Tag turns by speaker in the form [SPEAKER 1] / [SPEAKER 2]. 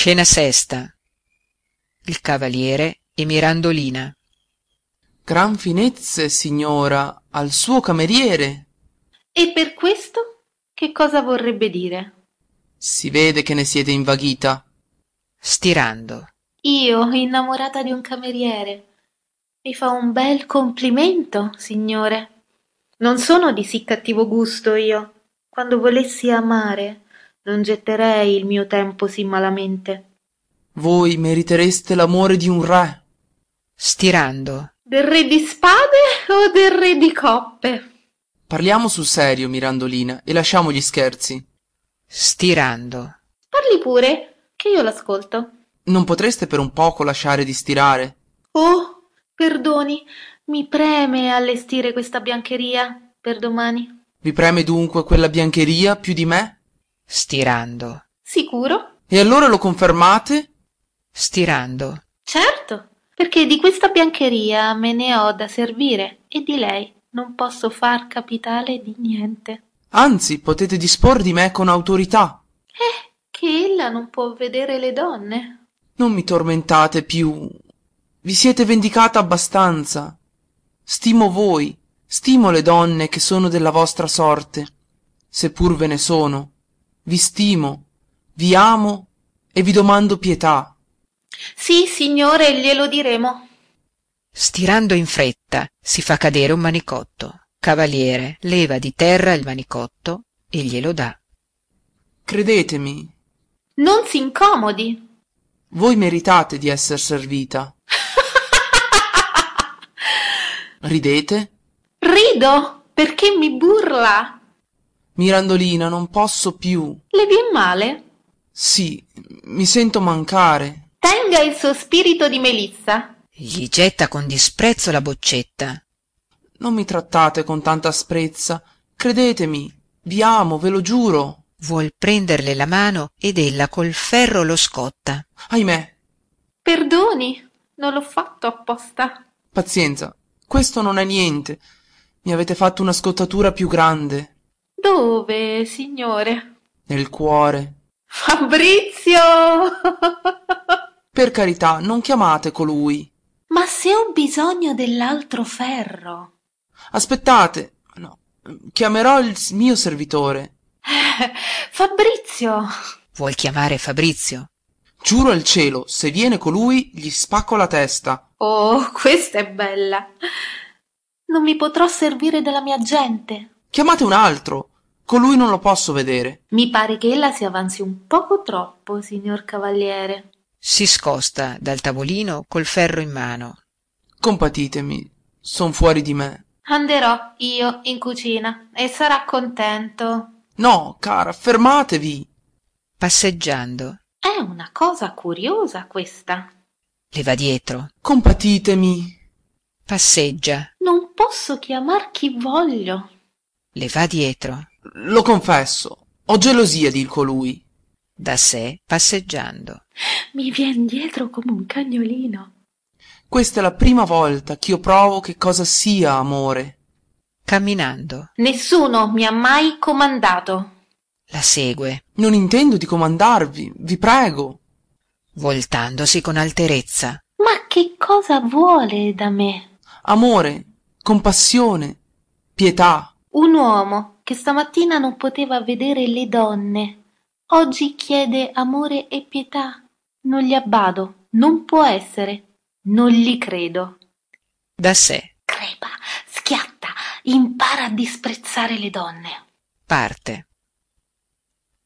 [SPEAKER 1] Scena sesta. Il cavaliere e Mirandolina.
[SPEAKER 2] Gran finezze, signora, al suo cameriere.
[SPEAKER 3] E per questo che cosa vorrebbe dire?
[SPEAKER 2] Si vede che ne siete invaghita.
[SPEAKER 1] Stirando.
[SPEAKER 3] Io, innamorata di un cameriere. Mi fa un bel complimento, signore. Non sono di sì cattivo gusto io. Quando volessi amare, non getterei il mio tempo sì malamente.
[SPEAKER 2] Voi meritereste l'amore di un re.
[SPEAKER 1] Stirando.
[SPEAKER 3] Del re di spade o del re di coppe?
[SPEAKER 2] Parliamo sul serio, Mirandolina, e lasciamo gli scherzi.
[SPEAKER 1] Stirando.
[SPEAKER 3] Parli pure, che io l'ascolto.
[SPEAKER 2] Non potreste per un poco lasciare di stirare?
[SPEAKER 3] Oh, perdoni, mi preme allestire questa biancheria per domani.
[SPEAKER 2] Vi preme dunque quella biancheria più di me?
[SPEAKER 1] Stirando.
[SPEAKER 3] Sicuro?
[SPEAKER 2] E allora lo confermate?
[SPEAKER 1] Stirando.
[SPEAKER 3] Certo, perché di questa biancheria me ne ho da servire e di lei non posso far capitale di niente.
[SPEAKER 2] Anzi, potete disporre di me con autorità.
[SPEAKER 3] Che ella non può vedere le donne.
[SPEAKER 2] Non mi tormentate più. Vi siete vendicata abbastanza. Stimo voi, stimo le donne che sono della vostra sorte, seppur ve ne sono. Vi stimo, vi amo e vi domando pietà.
[SPEAKER 3] Sì, signore, glielo diremo.
[SPEAKER 1] Stirando in fretta si fa cadere un manicotto. Cavaliere leva di terra il manicotto e glielo dà.
[SPEAKER 2] Credetemi,
[SPEAKER 3] Non si incomodi.
[SPEAKER 2] voi meritate di esser servita. Ridete?
[SPEAKER 3] Rido perché mi burla.
[SPEAKER 2] Mirandolina, non posso più.
[SPEAKER 3] Le vien male?
[SPEAKER 2] Sì, mi sento mancare.
[SPEAKER 3] Tenga il suo spirito di Melissa.
[SPEAKER 1] Gli getta con disprezzo la boccetta.
[SPEAKER 2] Non mi trattate con tanta asprezza. Credetemi, vi amo, ve lo giuro.
[SPEAKER 1] Vuol prenderle la mano ed ella col ferro lo scotta.
[SPEAKER 2] Ahimè,
[SPEAKER 3] Perdoni, non l'ho fatto apposta.
[SPEAKER 2] pazienza, questo non è niente. Mi avete fatto una scottatura più grande.
[SPEAKER 3] Dove, signore?
[SPEAKER 2] Nel cuore.
[SPEAKER 3] Fabrizio!
[SPEAKER 2] Per carità, non chiamate colui.
[SPEAKER 3] Ma se ho bisogno dell'altro ferro.
[SPEAKER 2] Aspettate. No, chiamerò il mio servitore.
[SPEAKER 3] Fabrizio!
[SPEAKER 1] Vuol chiamare Fabrizio.
[SPEAKER 2] Giuro al cielo, se viene colui, gli spacco la testa.
[SPEAKER 3] Oh, questa è bella. Non mi potrò servire della mia gente.
[SPEAKER 2] Chiamate un altro. Colui non lo posso vedere.
[SPEAKER 3] Mi pare che ella si avanzi un poco troppo, signor cavaliere.
[SPEAKER 1] Si scosta dal tavolino col ferro in mano.
[SPEAKER 2] Compatitemi, son fuori di me.
[SPEAKER 3] Anderò io in cucina e sarà contento.
[SPEAKER 2] No, cara, fermatevi.
[SPEAKER 1] Passeggiando.
[SPEAKER 3] È una cosa curiosa questa.
[SPEAKER 1] Le va dietro.
[SPEAKER 2] Compatitemi.
[SPEAKER 1] Passeggia.
[SPEAKER 3] Non posso chiamar chi voglio.
[SPEAKER 1] Le va dietro.
[SPEAKER 2] Lo confesso, ho gelosia di colui.
[SPEAKER 1] Da sé passeggiando.
[SPEAKER 3] Mi vien dietro come un cagnolino.
[SPEAKER 2] Questa è la prima volta ch'io provo che cosa sia amore.
[SPEAKER 1] Camminando.
[SPEAKER 3] Nessuno mi ha mai comandato.
[SPEAKER 1] La segue.
[SPEAKER 2] Non intendo di comandarvi, vi prego.
[SPEAKER 1] Voltandosi con alterezza.
[SPEAKER 3] Ma che cosa vuole da me?
[SPEAKER 2] Amore, compassione, pietà.
[SPEAKER 3] Un uomo che stamattina non poteva vedere le donne, oggi chiede amore e pietà. Non gli abbado, non può essere, non gli credo.
[SPEAKER 1] Da sé.
[SPEAKER 3] Crepa, schiatta, impara a disprezzare le donne.
[SPEAKER 1] Parte.